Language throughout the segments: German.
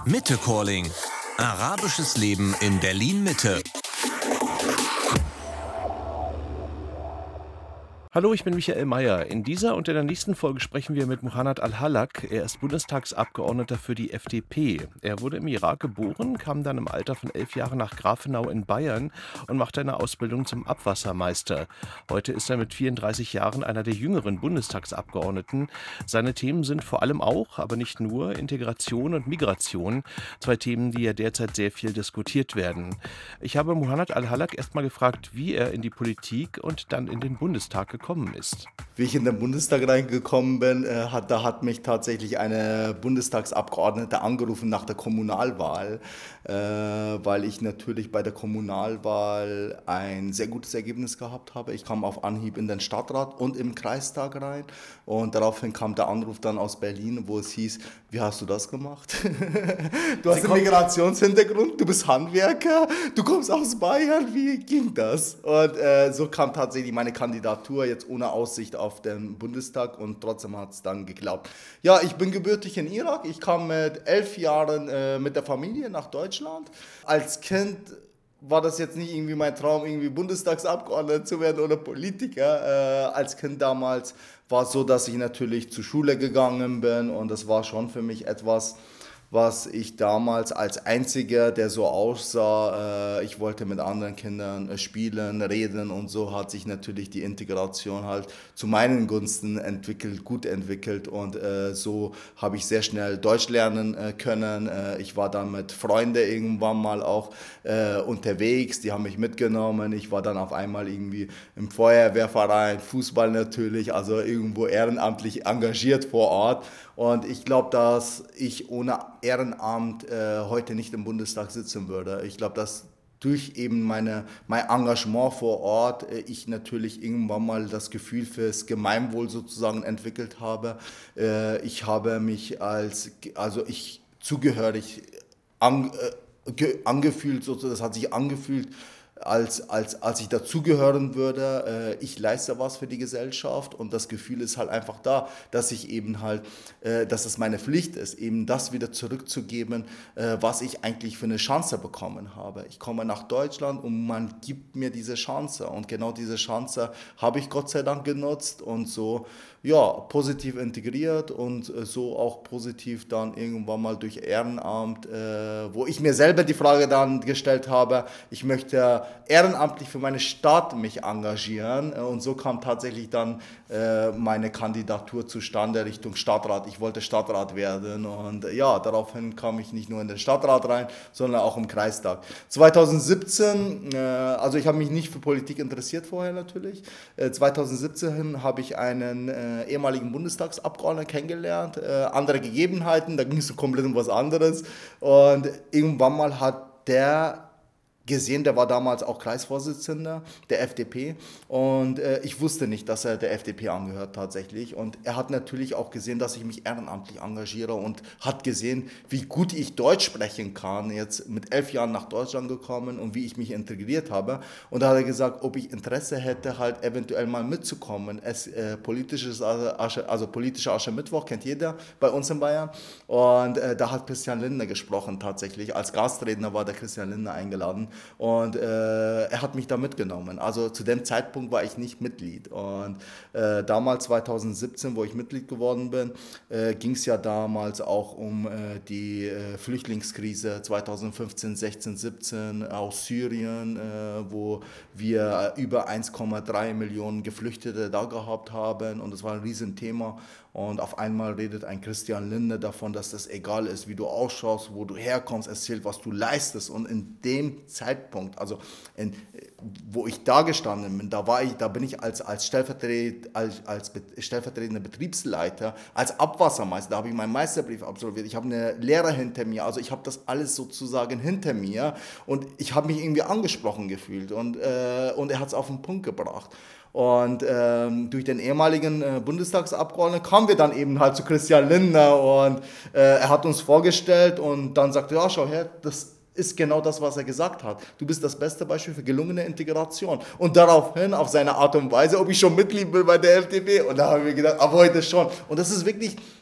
Mitte Calling. Arabisches Leben in Berlin-Mitte. Hallo, ich bin Michael Mayer. In dieser und in der nächsten Folge sprechen wir mit Muhannad Al-Hallak. Er ist Bundestagsabgeordneter für die FDP. Er wurde im Irak geboren, kam dann im Alter von 11 Jahren nach Grafenau in Bayern und machte eine Ausbildung zum Abwassermeister. Heute ist er mit 34 Jahren einer der jüngeren Bundestagsabgeordneten. Seine Themen sind vor allem auch, aber nicht nur, Integration und Migration. Zwei Themen, die ja derzeit sehr viel diskutiert werden. Ich habe Muhannad Al-Hallak erst mal gefragt, wie er in die Politik und dann in den Bundestag gekommen ist. Wie ich in den Bundestag reingekommen bin, da hat mich tatsächlich eine Bundestagsabgeordnete angerufen nach der Kommunalwahl, weil ich natürlich bei der Kommunalwahl ein sehr gutes Ergebnis gehabt habe. Ich kam auf Anhieb in den Stadtrat und im Kreistag rein und daraufhin kam der Anruf dann aus Berlin, wo es hieß, wie hast du das gemacht? Du hast einen Migrationshintergrund, du bist Handwerker, du kommst aus Bayern, wie ging das? Und so kam tatsächlich meine Kandidatur jetzt ohne Aussicht auf den Bundestag und trotzdem hat es dann geklappt. Ja, ich bin gebürtig in Irak. Ich kam mit 11 Jahren mit der Familie nach Deutschland. Als Kind war das jetzt nicht irgendwie mein Traum, irgendwie Bundestagsabgeordneter zu werden oder Politiker. Als Kind damals war es so, dass ich natürlich zur Schule gegangen bin und das war schon für mich etwas, was ich damals als Einziger, der so aussah, ich wollte mit anderen Kindern spielen, reden und so hat sich natürlich die Integration halt zu meinen Gunsten gut entwickelt und so habe ich sehr schnell Deutsch lernen können. Ich war dann mit Freunden irgendwann mal auch unterwegs, die haben mich mitgenommen. Ich war dann auf einmal irgendwie im Feuerwehrverein, Fußball natürlich, also irgendwo ehrenamtlich engagiert vor Ort. Und ich glaube, dass ich ohne Ehrenamt heute nicht im Bundestag sitzen würde. Ich glaube, dass durch eben mein Engagement vor Ort ich natürlich irgendwann mal das Gefühl fürs Gemeinwohl sozusagen entwickelt habe. Ich habe mich zugehörig angefühlt, sozusagen, das hat sich angefühlt, als ich dazugehören würde, ich leiste was für die Gesellschaft und das Gefühl ist halt einfach da, dass ich eben halt, dass es meine Pflicht ist, eben das wieder zurückzugeben, was ich eigentlich für eine Chance bekommen habe. Ich komme nach Deutschland und man gibt mir diese Chance und genau diese Chance habe ich Gott sei Dank genutzt und so ja, positiv integriert und so auch positiv dann irgendwann mal durch Ehrenamt, wo ich mir selber die Frage dann gestellt habe, ich möchte ehrenamtlich für meine Stadt mich engagieren und so kam tatsächlich dann meine Kandidatur zustande Richtung Stadtrat. Ich wollte Stadtrat werden und ja, daraufhin kam ich nicht nur in den Stadtrat rein, sondern auch im Kreistag. 2017, also ich habe mich nicht für Politik interessiert vorher natürlich, 2017 habe ich einen ehemaligen Bundestagsabgeordneten kennengelernt, andere Gegebenheiten, da ging es komplett um was anderes und irgendwann mal hat der gesehen, der war damals auch Kreisvorsitzender der FDP und ich wusste nicht, dass er der FDP angehört tatsächlich und er hat natürlich auch gesehen, dass ich mich ehrenamtlich engagiere und hat gesehen, wie gut ich Deutsch sprechen kann, jetzt mit 11 Jahren nach Deutschland gekommen und wie ich mich integriert habe und da hat er gesagt, ob ich Interesse hätte, halt eventuell mal mitzukommen. Politischer Aschermittwoch kennt jeder bei uns in Bayern und da hat Christian Lindner gesprochen tatsächlich, als Gastredner war der Christian Lindner eingeladen. Und er hat mich da mitgenommen. Also zu dem Zeitpunkt war ich nicht Mitglied. Und damals, 2017, wo ich Mitglied geworden bin, ging es ja damals auch um die Flüchtlingskrise 2015, 16, 17 aus Syrien, wo wir über 1,3 Millionen Geflüchtete da gehabt haben. Und das war ein Riesenthema. Und auf einmal redet ein Christian Lindner davon, dass das egal ist, wie du ausschaust, wo du herkommst, erzählt, was du leistest. Und in dem Zeitpunkt, also wo ich da gestanden bin, da bin ich als stellvertretender Betriebsleiter, als Abwassermeister, da habe ich meinen Meisterbrief absolviert, ich habe eine Lehre hinter mir, also ich habe das alles sozusagen hinter mir und ich habe mich irgendwie angesprochen gefühlt und er hat es auf den Punkt gebracht. Und durch den ehemaligen Bundestagsabgeordneten kamen wir dann eben halt zu Christian Lindner und er hat uns vorgestellt und dann sagte er, ja, schau her, das ist genau das, was er gesagt hat. Du bist das beste Beispiel für gelungene Integration. Und daraufhin, auf seine Art und Weise, ob ich schon Mitglied bin bei der FDP. Und da haben wir gedacht, ab heute schon. Und das ist wirklich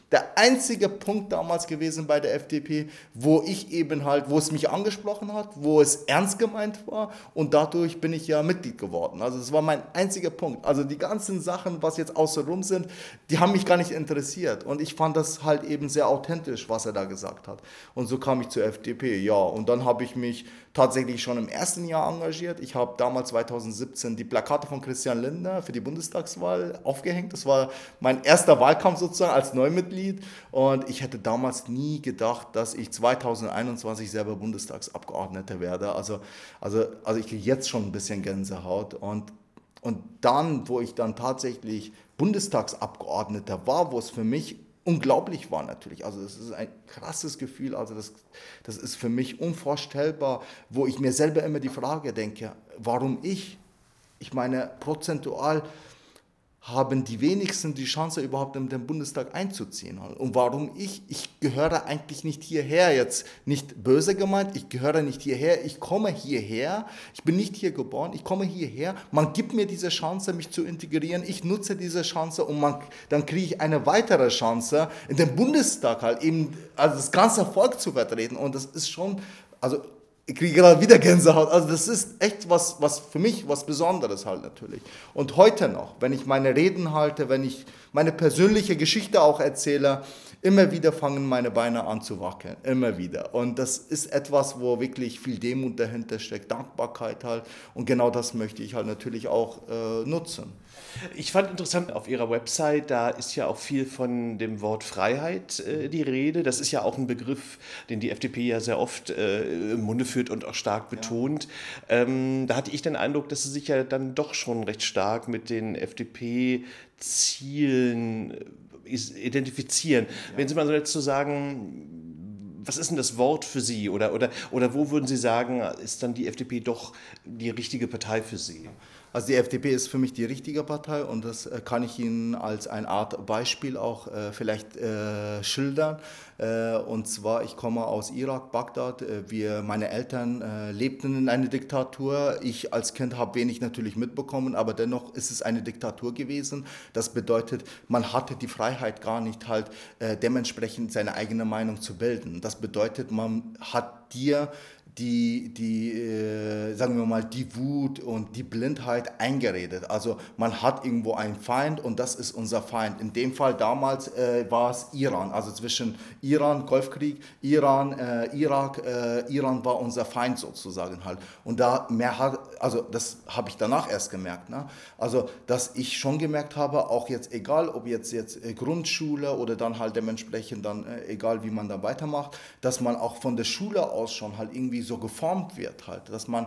der einzige Punkt damals gewesen bei der FDP, wo ich eben halt, wo es mich angesprochen hat, wo es ernst gemeint war und dadurch bin ich ja Mitglied geworden. Also das war mein einziger Punkt. Also die ganzen Sachen, was jetzt außenrum sind, die haben mich gar nicht interessiert und ich fand das halt eben sehr authentisch, was er da gesagt hat. Und so kam ich zur FDP, ja. Und dann habe ich mich tatsächlich schon im ersten Jahr engagiert. Ich habe damals 2017 die Plakate von Christian Lindner für die Bundestagswahl aufgehängt. Das war mein erster Wahlkampf sozusagen als Neumitglied und ich hätte damals nie gedacht, dass ich 2021 selber Bundestagsabgeordneter werde. Also ich kriege jetzt schon ein bisschen Gänsehaut und dann, wo ich dann tatsächlich Bundestagsabgeordneter war, wo es für mich unglaublich war natürlich, also das ist ein krasses Gefühl, also das ist für mich unvorstellbar, wo ich mir selber immer die Frage denke, warum ich? Ich meine, prozentual haben die wenigsten die Chance, überhaupt in den Bundestag einzuziehen. Und warum ich? Ich gehöre eigentlich nicht hierher, jetzt nicht böse gemeint, ich gehöre nicht hierher, ich komme hierher, ich bin nicht hier geboren, ich komme hierher, man gibt mir diese Chance, mich zu integrieren, ich nutze diese Chance und dann kriege ich eine weitere Chance, in den Bundestag halt eben, also das ganze Volk zu vertreten und das ist schon, also ich kriege gerade wieder Gänsehaut. Also das ist echt was für mich was Besonderes halt natürlich. Und heute noch, wenn ich meine Reden halte, wenn ich meine persönliche Geschichte auch erzähle, immer wieder fangen meine Beine an zu wackeln. Immer wieder. Und das ist etwas, wo wirklich viel Demut dahinter steckt, Dankbarkeit halt. Und genau das möchte ich halt natürlich auch nutzen. Ich fand interessant, auf Ihrer Website, da ist ja auch viel von dem Wort Freiheit die Rede. Das ist ja auch ein Begriff, den die FDP ja sehr oft im Munde führt und auch stark betont. Ja. Da hatte ich den Eindruck, dass Sie sich ja dann doch schon recht stark mit den FDP-Zielen identifizieren. Ja. Wenn Sie mal so dazu sagen, was ist denn das Wort für Sie? Oder wo würden Sie sagen, ist dann die FDP doch die richtige Partei für Sie? Also die FDP ist für mich die richtige Partei und das kann ich Ihnen als eine Art Beispiel auch vielleicht schildern. Und zwar, ich komme aus Irak, Bagdad. Meine Eltern lebten in einer Diktatur. Ich als Kind habe wenig natürlich mitbekommen, aber dennoch ist es eine Diktatur gewesen. Das bedeutet, man hatte die Freiheit gar nicht halt dementsprechend seine eigene Meinung zu bilden. Das bedeutet, man hat dir sagen wir mal, die Wut und die Blindheit eingeredet. Also man hat irgendwo einen Feind und das ist unser Feind. In dem Fall damals war es Iran, also zwischen Iran, Golfkrieg, Iran, Irak, Iran war unser Feind sozusagen halt. Und also das habe ich danach erst gemerkt. Ne? Also, dass ich schon gemerkt habe, auch jetzt egal, ob jetzt Grundschule oder dann halt dementsprechend dann egal, wie man da weitermacht, dass man auch von der Schule aus schon halt irgendwie so geformt wird halt,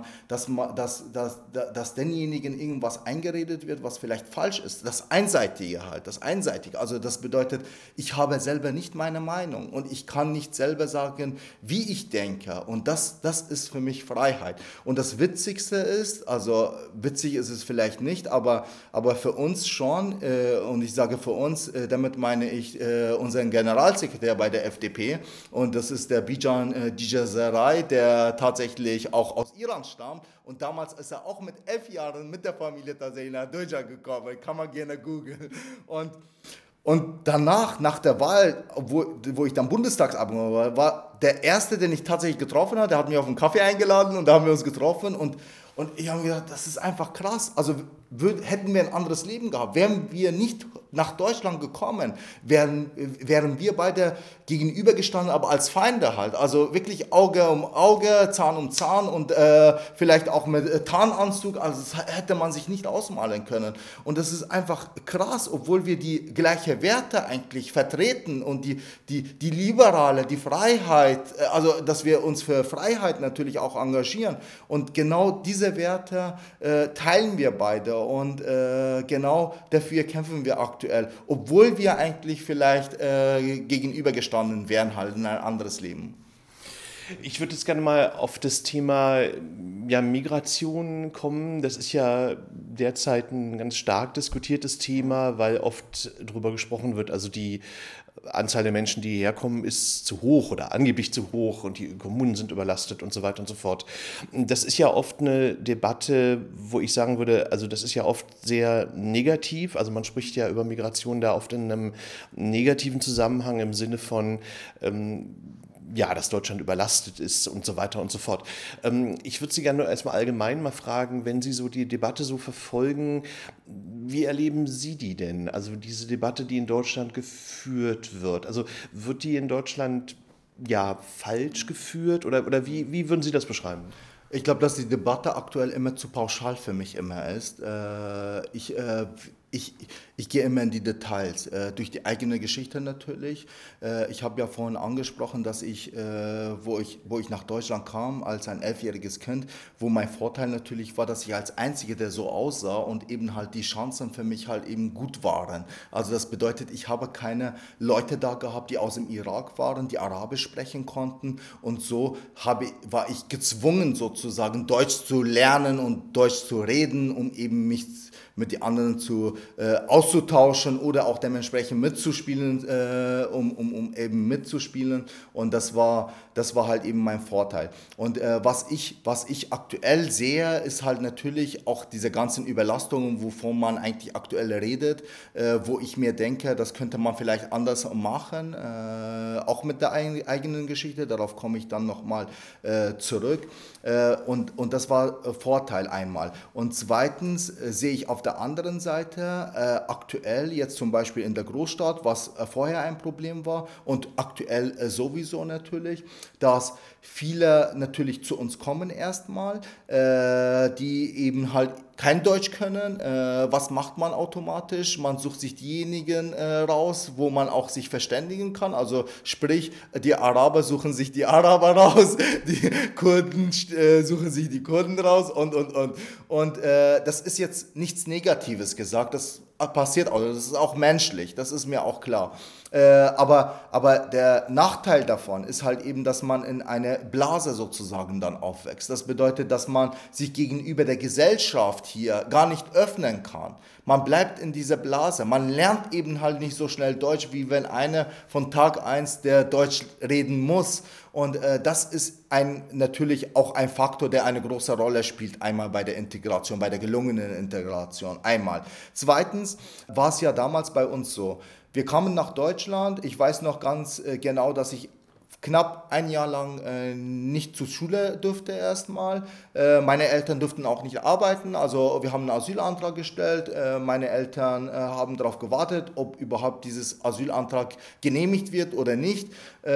dass denjenigen irgendwas eingeredet wird, was vielleicht falsch ist, das Einseitige, also das bedeutet, ich habe selber nicht meine Meinung und ich kann nicht selber sagen, wie ich denke und das ist für mich Freiheit und das Witzigste ist, also witzig ist es vielleicht nicht, aber für uns schon und ich sage für uns, damit meine ich unseren Generalsekretär bei der FDP und das ist der Bijan Jijasaray, der tatsächlich auch aus Iran stammt und damals ist er auch mit 11 Jahren mit der Familie tatsächlich nach Deutschland gekommen, kann man gerne googeln und danach, nach der Wahl, wo ich dann Bundestagsabgeordneter war der erste, den ich tatsächlich getroffen habe, der hat mich auf einen Kaffee eingeladen und da haben wir uns getroffen und ich habe mir gedacht, das ist einfach krass. Also hätten wir ein anderes Leben gehabt, wären wir nicht nach Deutschland gekommen, wären wir beide gegenübergestanden, aber als Feinde halt. Also wirklich Auge um Auge, Zahn um Zahn und vielleicht auch mit Tarnanzug. Also das hätte man sich nicht ausmalen können. Und das ist einfach krass, obwohl wir die gleichen Werte eigentlich vertreten und die Liberale, die Freiheit, also dass wir uns für Freiheit natürlich auch engagieren. Und genau diese Werte teilen wir beide und genau dafür kämpfen wir aktuell, obwohl wir eigentlich vielleicht gegenübergestanden wären halt in ein anderes Leben. Ich würde jetzt gerne mal auf das Thema Migration kommen. Das ist ja derzeit ein ganz stark diskutiertes Thema, weil oft darüber gesprochen wird, also die Anzahl der Menschen, die hierher kommen, ist zu hoch oder angeblich zu hoch und die Kommunen sind überlastet und so weiter und so fort. Das ist ja oft eine Debatte, wo ich sagen würde, also das ist ja oft sehr negativ. Also man spricht ja über Migration da oft in einem negativen Zusammenhang im Sinne von dass Deutschland überlastet ist und so weiter und so fort. Ich würde Sie gerne nur erstmal allgemein mal fragen, wenn Sie so die Debatte so verfolgen, wie erleben Sie die denn? Also diese Debatte, die in Deutschland geführt wird. Also wird die in Deutschland falsch geführt oder wie würden Sie das beschreiben? Ich glaube, dass die Debatte aktuell immer zu pauschal für mich immer ist. Ich gehe immer in die Details, durch die eigene Geschichte natürlich. Ich habe ja vorhin angesprochen, dass wo ich nach Deutschland kam als ein 11-jähriges Kind, wo mein Vorteil natürlich war, dass ich als Einziger, der so aussah und eben halt die Chancen für mich halt eben gut waren. Also das bedeutet, ich habe keine Leute da gehabt, die aus dem Irak waren, die Arabisch sprechen konnten und so war ich gezwungen sozusagen Deutsch zu lernen und Deutsch zu reden, um eben mich mit den anderen auszutauschen oder auch dementsprechend mitzuspielen, um eben mitzuspielen. Und das war halt eben mein Vorteil. Und was ich aktuell sehe, ist halt natürlich auch diese ganzen Überlastungen, wovon man eigentlich aktuell redet, wo ich mir denke, das könnte man vielleicht anders machen, auch mit der eigenen Geschichte. Darauf komme ich dann nochmal zurück. Und das war Vorteil einmal. Und zweitens sehe ich auf der anderen Seite aktuell jetzt zum Beispiel in der Großstadt, was vorher ein Problem war und aktuell sowieso natürlich, dass viele natürlich zu uns kommen erstmal, die eben halt kein Deutsch können. Was macht man automatisch? Man sucht sich diejenigen raus, wo man auch sich verständigen kann. Also sprich, die Araber suchen sich die Araber raus, die Kurden suchen sich die Kurden raus und das ist jetzt nichts Negatives gesagt. Das passiert auch, das ist auch menschlich, das ist mir auch klar. Aber der Nachteil davon ist halt eben, dass man in eine Blase sozusagen dann aufwächst. Das bedeutet, dass man sich gegenüber der Gesellschaft hier gar nicht öffnen kann. Man bleibt in dieser Blase. Man lernt eben halt nicht so schnell Deutsch, wie wenn einer von Tag 1 der Deutsch reden muss. Und das ist natürlich auch ein Faktor, der eine große Rolle spielt, einmal bei der Integration, bei der gelungenen Integration, einmal. Zweitens war es ja damals bei uns so, wir kamen nach Deutschland, ich weiß noch ganz genau, dass ich knapp ein Jahr lang nicht zur Schule durfte erstmal. Meine Eltern durften auch nicht arbeiten, also wir haben einen Asylantrag gestellt. Meine Eltern haben darauf gewartet, ob überhaupt dieses Asylantrag genehmigt wird oder nicht.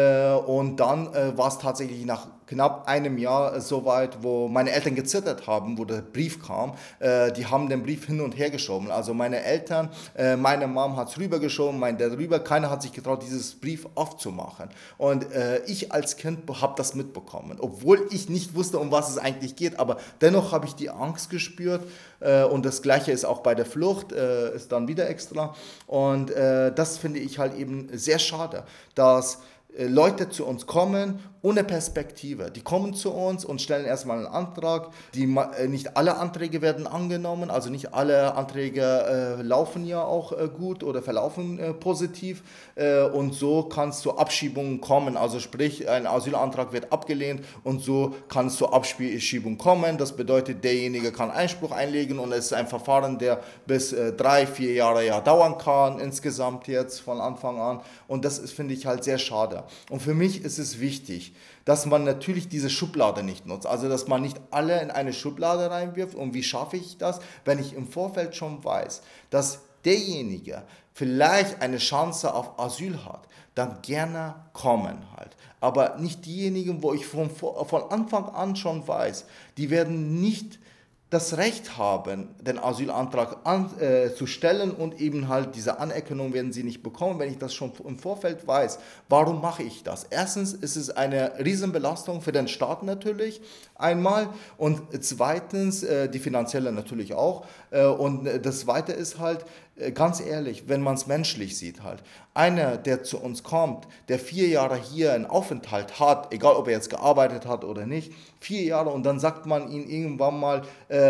Und dann war es tatsächlich nach knapp einem Jahr soweit, wo meine Eltern gezittert haben, wo der Brief kam. Die haben den Brief hin und her geschoben. Also meine Eltern, meine Mom hat es rübergeschoben, mein Dad rüber. Keiner hat sich getraut, dieses Brief aufzumachen. Und ich als Kind habe das mitbekommen, obwohl ich nicht wusste, um was es eigentlich geht. Aber dennoch habe ich die Angst gespürt. Und das Gleiche ist auch bei der Flucht, ist dann wieder extra. Und das finde ich halt eben sehr schade, dass Leute zu uns kommen ohne Perspektive. Die kommen zu uns und stellen erstmal einen Antrag. Nicht alle Anträge werden angenommen, also nicht alle Anträge laufen ja auch gut oder verlaufen positiv. Und so kann es zu Abschiebungen kommen. Also sprich, ein Asylantrag wird abgelehnt und so kann es zur Abschiebung kommen. Das bedeutet, derjenige kann Einspruch einlegen und es ist ein Verfahren, der bis 3-4 Jahre ja dauern kann, insgesamt jetzt von Anfang an. Und das finde ich halt sehr schade. Und für mich ist es wichtig, dass man natürlich diese Schublade nicht nutzt. Also, dass man nicht alle in eine Schublade reinwirft. Und wie schaffe ich das, wenn ich im Vorfeld schon weiß, dass derjenige vielleicht eine Chance auf Asyl hat, dann gerne kommen halt. Aber nicht diejenigen, wo ich von Anfang an schon weiß, die werden nicht das Recht haben, den Asylantrag zu stellen und eben halt diese Anerkennung werden sie nicht bekommen, wenn ich das schon im Vorfeld weiß. Warum mache ich das? Erstens ist es eine Riesenbelastung für den Staat natürlich einmal und zweitens die finanzielle natürlich auch und das Zweite ist halt, ganz ehrlich, wenn man es menschlich sieht halt, einer, der zu uns kommt, der 4 Jahre hier einen Aufenthalt hat, egal ob er jetzt gearbeitet hat oder nicht, 4 Jahre und dann sagt man ihm irgendwann mal,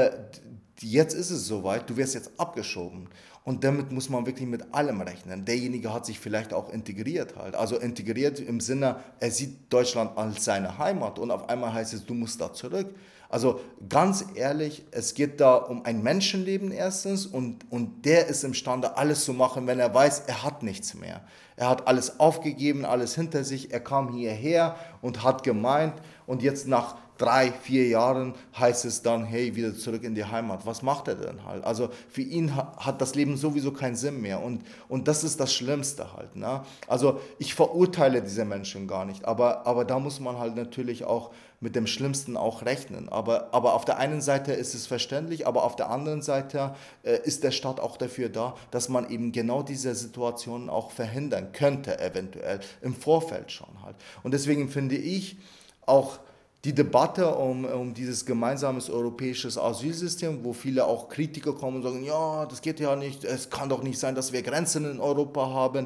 jetzt ist es soweit, du wirst jetzt abgeschoben. Und damit muss man wirklich mit allem rechnen. Derjenige hat sich vielleicht auch integriert halt. Also integriert im Sinne, er sieht Deutschland als seine Heimat und auf einmal heißt es, du musst da zurück. Also ganz ehrlich, es geht da um ein Menschenleben erstens und der ist imstande, alles zu machen, wenn er weiß, er hat nichts mehr. Er hat alles aufgegeben, alles hinter sich, er kam hierher und hat gemeint und jetzt nach 3, 4 Jahren heißt es dann, hey, wieder zurück in die Heimat. Was macht er denn halt? Also für ihn hat das Leben sowieso keinen Sinn mehr und das ist das Schlimmste halt. Ne? Also ich verurteile diese Menschen gar nicht, aber da muss man halt natürlich auch mit dem Schlimmsten auch rechnen. Aber auf der einen Seite ist es verständlich, aber auf der anderen Seite ist der Staat auch dafür da, dass man eben genau diese Situationen auch verhindern könnte, eventuell im Vorfeld schon halt. Und deswegen finde ich auch die Debatte um dieses gemeinsames europäisches Asylsystem, wo viele auch Kritiker kommen und sagen, ja, das geht ja nicht, es kann doch nicht sein, dass wir Grenzen in Europa haben.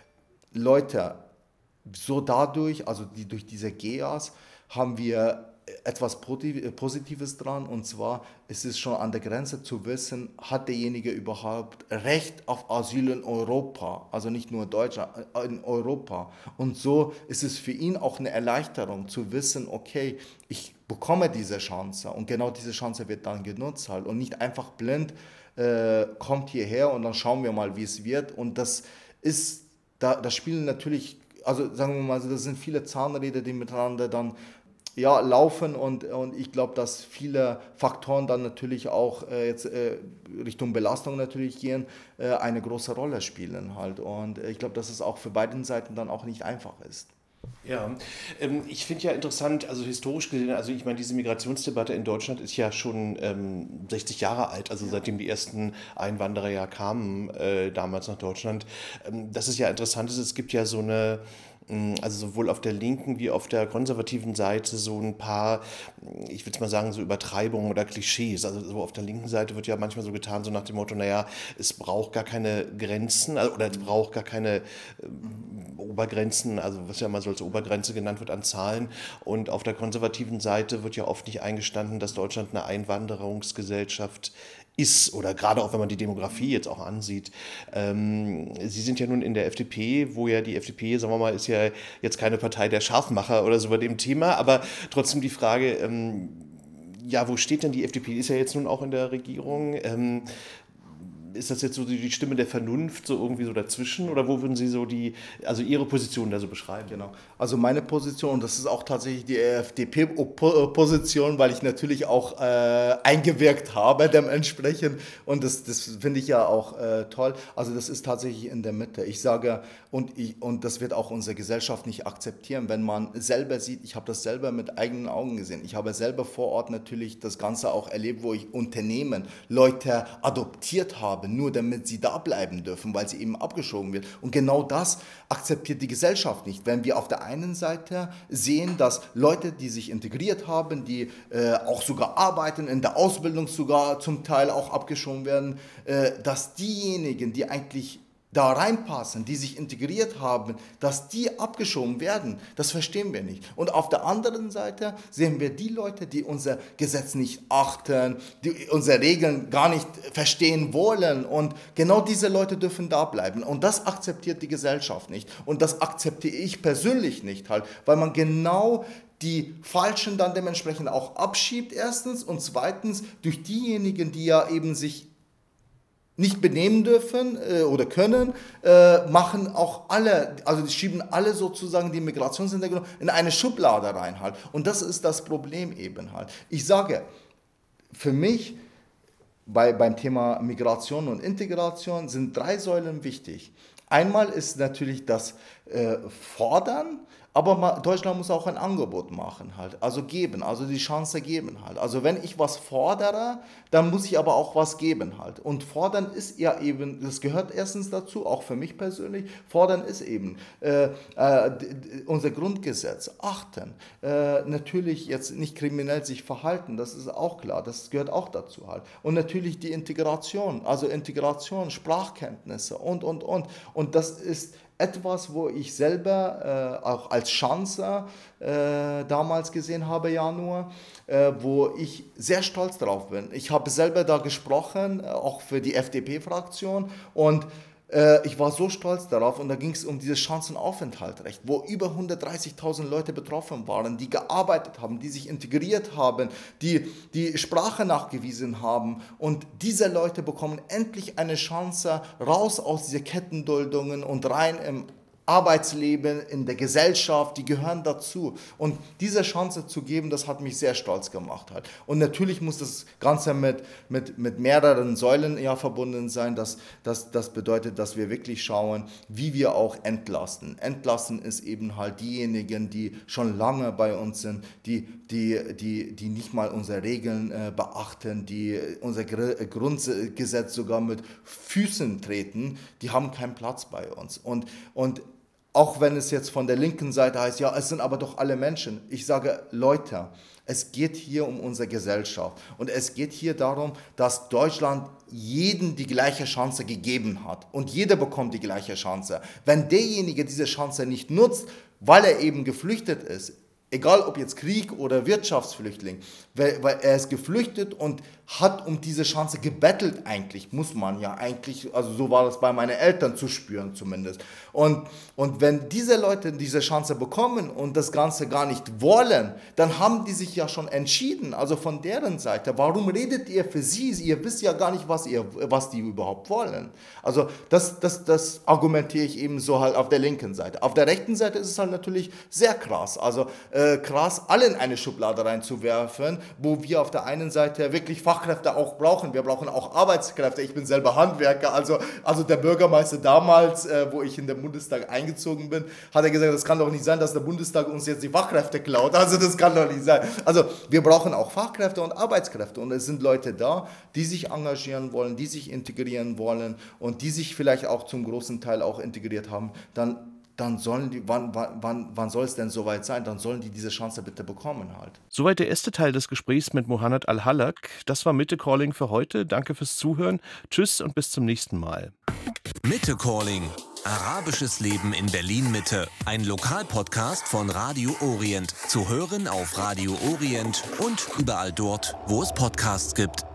Leute, so dadurch, also durch diese GEAS, haben wir etwas Positives dran, und zwar ist es schon an der Grenze zu wissen, hat derjenige überhaupt Recht auf Asyl in Europa, also nicht nur in Deutschland, in Europa. Und so ist es für ihn auch eine Erleichterung zu wissen, okay, ich bekomme diese Chance und genau diese Chance wird dann genutzt halt und nicht einfach blind kommt hierher und dann schauen wir mal, wie es wird. Und das ist, da spielen natürlich, also sagen wir mal, das sind viele Zahnräder, die miteinander dann ja, laufen und ich glaube, dass viele Faktoren dann natürlich auch jetzt Richtung Belastung natürlich gehen, eine große Rolle spielen halt und ich glaube, dass es auch für beiden Seiten dann auch nicht einfach ist. Ja, ich finde ja interessant, also historisch gesehen, also ich meine, diese Migrationsdebatte in Deutschland ist ja schon 60 Jahre alt, also seitdem die ersten Einwanderer ja kamen damals nach Deutschland. Das ist ja interessant, es gibt ja so eine, also sowohl auf der linken wie auf der konservativen Seite so ein paar, ich würde mal sagen, so Übertreibungen oder Klischees. Also so auf der linken Seite wird ja manchmal so getan, so nach dem Motto, naja, es braucht gar keine Grenzen oder es braucht gar keine Obergrenzen, also was ja mal so als Obergrenze genannt wird an Zahlen. Und auf der konservativen Seite wird ja oft nicht eingestanden, dass Deutschland eine Einwanderungsgesellschaft ist, oder gerade auch wenn man die Demografie jetzt auch ansieht. Sie sind ja nun in der FDP, wo ja die FDP, sagen wir mal, ist ja jetzt keine Partei der Scharfmacher oder so bei dem Thema, aber trotzdem die Frage, ja, wo steht denn die FDP? Die ist ja jetzt nun auch in der Regierung. Ist das jetzt so die Stimme der Vernunft, so irgendwie so dazwischen? Oder wo würden Sie so also Ihre Position da so beschreiben? Genau. Also meine Position, und das ist auch tatsächlich die FDP-Position, weil ich natürlich auch eingewirkt habe dementsprechend. Und das finde ich ja auch toll. Also das ist tatsächlich in der Mitte. Ich sage, und das wird auch unsere Gesellschaft nicht akzeptieren, wenn man selber sieht, ich habe das selber mit eigenen Augen gesehen. Ich habe selber vor Ort natürlich das Ganze auch erlebt, wo ich Unternehmen, Leute adoptiert habe, nur damit sie da bleiben dürfen, weil sie eben abgeschoben wird. Und genau das akzeptiert die Gesellschaft nicht. Wenn wir auf der einen Seite sehen, dass Leute, die sich integriert haben, die auch sogar arbeiten, in der Ausbildung sogar zum Teil auch abgeschoben werden, dass diejenigen, die eigentlich da reinpassen, die sich integriert haben, dass die abgeschoben werden, das verstehen wir nicht. Und auf der anderen Seite sehen wir die Leute, die unser Gesetz nicht achten, die unsere Regeln gar nicht verstehen wollen, und genau diese Leute dürfen da bleiben. Und das akzeptiert die Gesellschaft nicht. Und das akzeptiere ich persönlich nicht halt, weil man genau die Falschen dann dementsprechend auch abschiebt, erstens, und zweitens durch diejenigen, die ja eben sich nicht benehmen dürfen oder können, machen auch alle, also die schieben alle sozusagen die Migrationshintergrund in eine Schublade rein halt. Und das ist das Problem eben halt. Ich sage, für mich beim Thema Migration und Integration sind 3 Säulen wichtig. Einmal ist natürlich das Fordern, Aber Deutschland muss auch ein Angebot machen halt, also geben, also die Chance geben halt. Also wenn ich was fordere, dann muss ich aber auch was geben halt. Und fordern ist ja eben, das gehört erstens dazu, auch für mich persönlich, fordern ist eben unser Grundgesetz achten, natürlich jetzt nicht kriminell sich verhalten, das ist auch klar, das gehört auch dazu halt. Und natürlich die Integration, also Integration, Sprachkenntnisse und. Und das ist etwas, wo ich selber auch als Chance damals gesehen habe, ja nur, wo ich sehr stolz drauf bin. Ich habe selber da gesprochen, auch für die FDP-Fraktion und ich war so stolz darauf und da ging es um dieses Chancenaufenthaltsrecht, wo über 130.000 Leute betroffen waren, die gearbeitet haben, die sich integriert haben, die Sprache nachgewiesen haben und diese Leute bekommen endlich eine Chance raus aus diesen Kettenduldungen und rein im Arbeitsleben, in der Gesellschaft, die gehören dazu. Und diese Chance zu geben, das hat mich sehr stolz gemacht halt. Und natürlich muss das Ganze mit mehreren Säulen ja verbunden sein. Das bedeutet, dass wir wirklich schauen, wie wir auch entlasten. Entlasten ist eben halt diejenigen, die schon lange bei uns sind, die nicht mal unsere Regeln beachten, die unser Grundgesetz sogar mit Füßen treten, die haben keinen Platz bei uns. Und auch wenn es jetzt von der linken Seite heißt, ja, es sind aber doch alle Menschen. Ich sage, Leute, es geht hier um unsere Gesellschaft. Und es geht hier darum, dass Deutschland jedem die gleiche Chance gegeben hat. Und jeder bekommt die gleiche Chance. Wenn derjenige diese Chance nicht nutzt, weil er eben geflüchtet ist, egal ob jetzt Krieg oder Wirtschaftsflüchtling, weil er ist geflüchtet und hat um diese Chance gebettelt eigentlich, muss man ja eigentlich, also so war das bei meinen Eltern zu spüren zumindest. Und wenn diese Leute diese Chance bekommen und das Ganze gar nicht wollen, dann haben die sich ja schon entschieden, also von deren Seite. Warum redet ihr für sie? Ihr wisst ja gar nicht, was die überhaupt wollen. Also das argumentiere ich eben so halt auf der linken Seite. Auf der rechten Seite ist es halt natürlich sehr krass, also krass, alle in eine Schublade reinzuwerfen, wo wir auf der einen Seite wirklich Fachkräfte auch brauchen. Wir brauchen auch Arbeitskräfte. Ich bin selber Handwerker. Also der Bürgermeister damals, wo ich in den Bundestag eingezogen bin, hat er gesagt, das kann doch nicht sein, dass der Bundestag uns jetzt die Fachkräfte klaut. Also das kann doch nicht sein. Also wir brauchen auch Fachkräfte und Arbeitskräfte. Und es sind Leute da, die sich engagieren wollen, die sich integrieren wollen und die sich vielleicht auch zum großen Teil auch integriert haben. Dann sollen die, wann soll es denn soweit sein? Dann sollen die diese Chance bitte bekommen halt. Soweit der erste Teil des Gesprächs mit Muhannad Al-Hallak. Das war Mitte Calling für heute. Danke fürs Zuhören. Tschüss und bis zum nächsten Mal. Mitte Calling. Arabisches Leben in Berlin-Mitte. Ein Lokalpodcast von Radio Orient. Zu hören auf Radio Orient und überall dort, wo es Podcasts gibt.